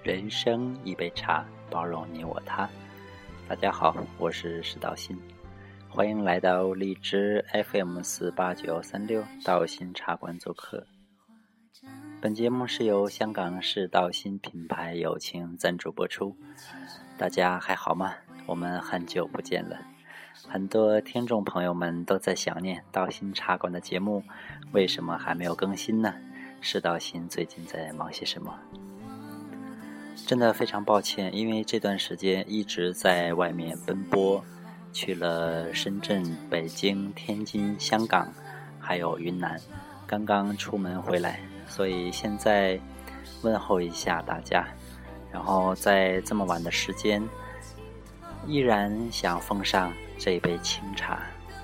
人生一杯茶，包容你我他。大家好，我是石道新，欢迎来到荔枝 FM48936道新茶馆做客。本节目是由香港市道新品牌友情赞助播出。大家还好吗？我们很久不见了，很多听众朋友们都在想念道新茶馆的节目，为什么还没有更新呢？石道新最近在忙些什么？真的非常抱歉，因为这段时间一直在外面奔波，去了深圳、北京、天津、香港还有云南，刚刚出门回来，所以现在问候一下大家，然后在这么晚的时间依然想奉上这一杯清茶。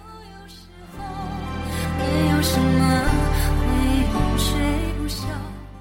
没有什么会永垂不朽。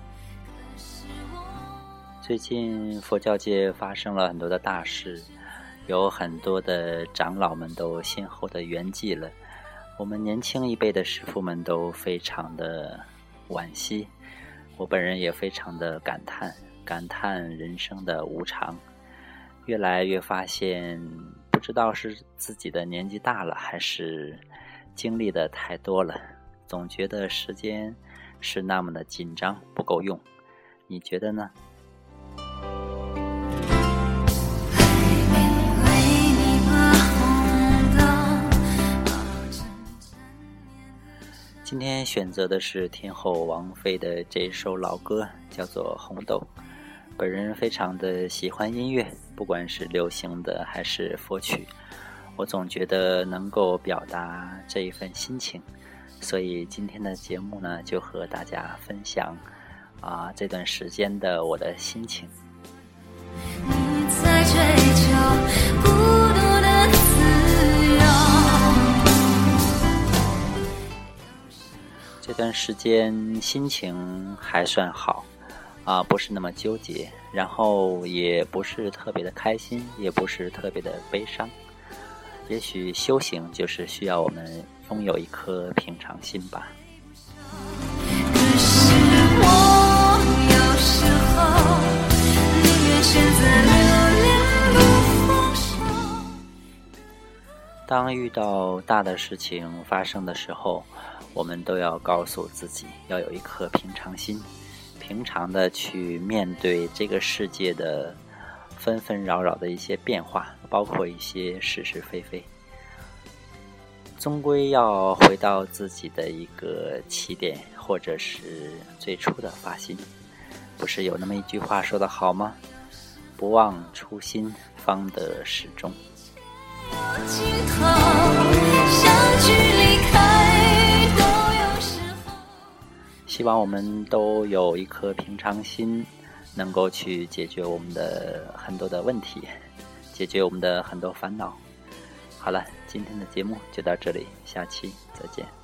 最近佛教界发生了很多的大事，有很多的长老们都先后的圆寂了，我们年轻一辈的师父们都非常的惋惜，我本人也非常的感叹人生的无常，越来越发现不知道是自己的年纪大了，还是经历的太多了，总觉得时间是那么的紧张，不够用。你觉得呢？今天选择的是天后王菲的这首老歌，叫做《红豆》。本人非常的喜欢音乐，不管是流行的还是佛曲，我总觉得能够表达这一份心情，所以今天的节目呢，就和大家分享这段时间的我的心情。你在追求孤独的自由，这段时间心情还算好不是那么纠结，然后也不是特别的开心，也不是特别的悲伤。也许修行就是需要我们拥有一颗平常心吧。可是我有时候宁愿选择流连不放手。当遇到大的事情发生的时候，我们都要告诉自己要有一颗平常心，平常的去面对这个世界的纷纷扰扰的一些变化，包括一些是是非非，终归要回到自己的一个起点，或者是最初的发心。不是有那么一句话说得好吗？不忘初心，方得始终。希望我们都有一颗平常心，能够去解决我们的很多的问题，解决我们的很多烦恼。好了，今天的节目就到这里，下期再见。